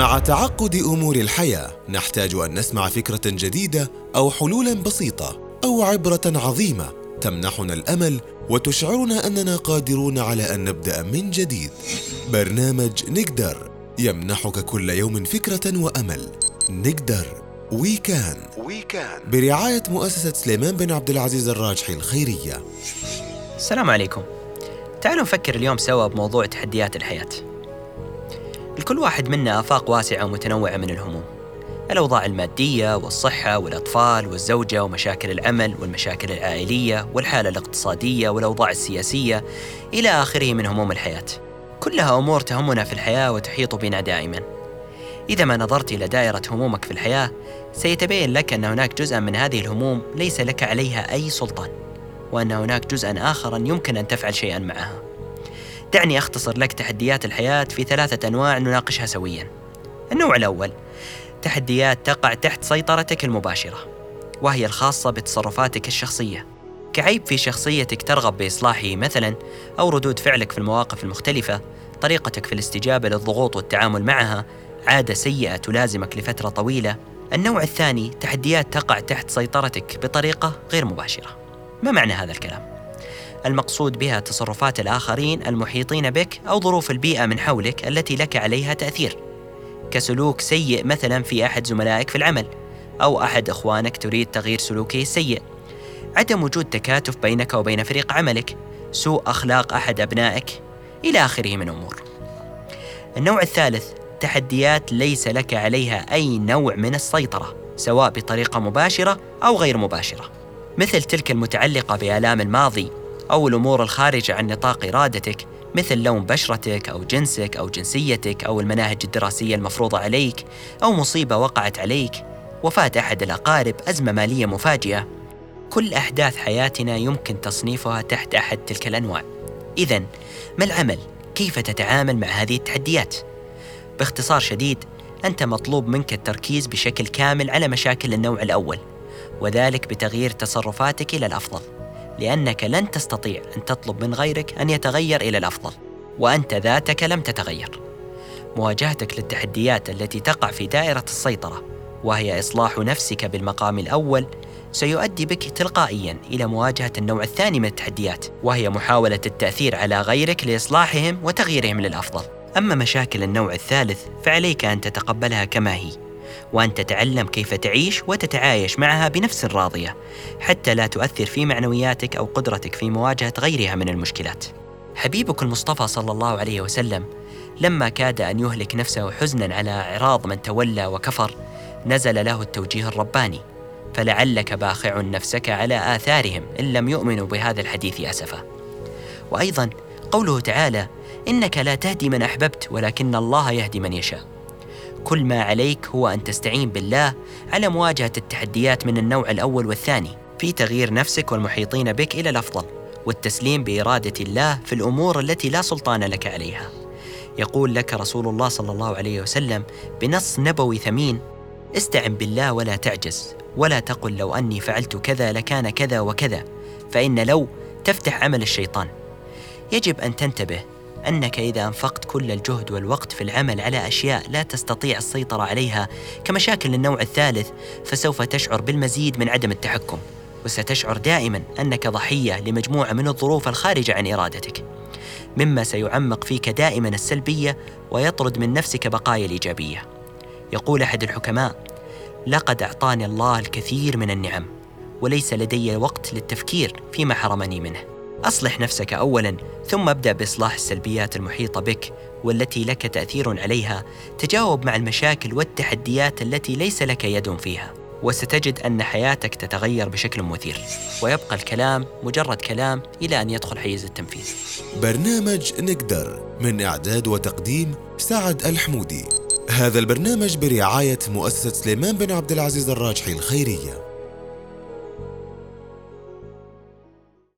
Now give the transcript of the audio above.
مع تعقد أمور الحياة نحتاج أن نسمع فكرة جديدة أو حلولاً بسيطة أو عبرة عظيمة تمنحنا الأمل وتشعرنا أننا قادرون على أن نبدأ من جديد. برنامج نقدر يمنحك كل يوم فكرة وأمل. نقدر ويكان برعاية مؤسسة سليمان بن عبد العزيز الراجحي الخيرية. السلام عليكم. تعالوا نفكر اليوم سوا بموضوع تحديات الحياة. لكل واحد منا آفاق واسعة ومتنوعة من الهموم، الأوضاع المادية والصحة والأطفال والزوجة ومشاكل العمل والمشاكل العائلية والحالة الاقتصادية والأوضاع السياسية إلى آخره من هموم الحياة. كلها أمور تهمنا في الحياة وتحيط بنا دائما. إذا ما نظرت إلى دائرة همومك في الحياة سيتبين لك أن هناك جزءا من هذه الهموم ليس لك عليها أي سلطان، وأن هناك جزءا آخر يمكن أن تفعل شيئا معها. دعني أختصر لك تحديات الحياة في 3 أنواع نناقشها سويا. النوع الأول تحديات تقع تحت سيطرتك المباشرة، وهي الخاصة بتصرفاتك الشخصية، كعيب في شخصيتك ترغب بإصلاحه مثلا، أو ردود فعلك في المواقف المختلفة، طريقتك في الاستجابة للضغوط والتعامل معها، عادة سيئة تلازمك لفترة طويلة. النوع الثاني تحديات تقع تحت سيطرتك بطريقة غير مباشرة. ما معنى هذا الكلام؟ المقصود بها تصرفات الآخرين المحيطين بك أو ظروف البيئة من حولك التي لك عليها تأثير، كسلوك سيء مثلا في أحد زملائك في العمل، أو أحد إخوانك تريد تغيير سلوكه السيء، عدم وجود تكاتف بينك وبين فريق عملك، سوء أخلاق أحد أبنائك، إلى آخره من أمور. النوع الثالث تحديات ليس لك عليها أي نوع من السيطرة، سواء بطريقة مباشرة أو غير مباشرة، مثل تلك المتعلقة بآلام الماضي أو الأمور الخارجة عن نطاق إرادتك، مثل لون بشرتك أو جنسك أو جنسيتك أو المناهج الدراسية المفروضة عليك، أو مصيبة وقعت عليك، وفاة أحد الأقارب، أزمة مالية مفاجئة. كل أحداث حياتنا يمكن تصنيفها تحت أحد تلك الأنواع. إذن ما العمل؟ كيف تتعامل مع هذه التحديات؟ باختصار شديد، أنت مطلوب منك التركيز بشكل كامل على مشاكل النوع الأول، وذلك بتغيير تصرفاتك إلى الأفضل، لأنك لن تستطيع أن تطلب من غيرك أن يتغير إلى الأفضل وأنت ذاتك لم تتغير. مواجهتك للتحديات التي تقع في دائرة السيطرة، وهي إصلاح نفسك بالمقام الأول، سيؤدي بك تلقائيا إلى مواجهة النوع الثاني من التحديات، وهي محاولة التأثير على غيرك لإصلاحهم وتغييرهم للأفضل. أما مشاكل النوع الثالث فعليك أن تتقبلها كما هي، وأن تتعلم كيف تعيش وتتعايش معها بنفس راضية، حتى لا تؤثر في معنوياتك أو قدرتك في مواجهة غيرها من المشكلات. حبيبك المصطفى صلى الله عليه وسلم لما كاد أن يهلك نفسه حزنا على إعراض من تولى وكفر، نزل له التوجيه الرباني: فلعلك باخع نفسك على آثارهم إن لم يؤمنوا بهذا الحديث أسفا. وأيضا قوله تعالى: إنك لا تهدي من أحببت ولكن الله يهدي من يشاء. كل ما عليك هو أن تستعين بالله على مواجهة التحديات من النوع الأول والثاني، في تغيير نفسك والمحيطين بك إلى الأفضل، والتسليم بإرادة الله في الأمور التي لا سلطان لك عليها. يقول لك رسول الله صلى الله عليه وسلم بنص نبوي ثمين: استعن بالله ولا تعجز، ولا تقل لو أني فعلت كذا لكان كذا وكذا، فإن لو تفتح عمل الشيطان. يجب أن تنتبه أنك إذا أنفقت كل الجهد والوقت في العمل على أشياء لا تستطيع السيطرة عليها كمشاكل النوع الثالث، فسوف تشعر بالمزيد من عدم التحكم، وستشعر دائما أنك ضحية لمجموعة من الظروف الخارجة عن إرادتك، مما سيعمق فيك دائما السلبية ويطرد من نفسك بقايا الإيجابية. يقول أحد الحكماء: لقد أعطاني الله الكثير من النعم، وليس لدي وقت للتفكير فيما حرمني منه. أصلح نفسك أولاً، ثم ابدأ بإصلاح السلبيات المحيطة بك والتي لك تأثير عليها. تجاوب مع المشاكل والتحديات التي ليس لك يد فيها، وستجد أن حياتك تتغير بشكل مثير، ويبقى الكلام مجرد كلام إلى أن يدخل حيز التنفيذ. برنامج نقدر من إعداد وتقديم سعد الحمودي. هذا البرنامج برعاية مؤسسة سليمان بن عبد العزيز الراجحي الخيرية.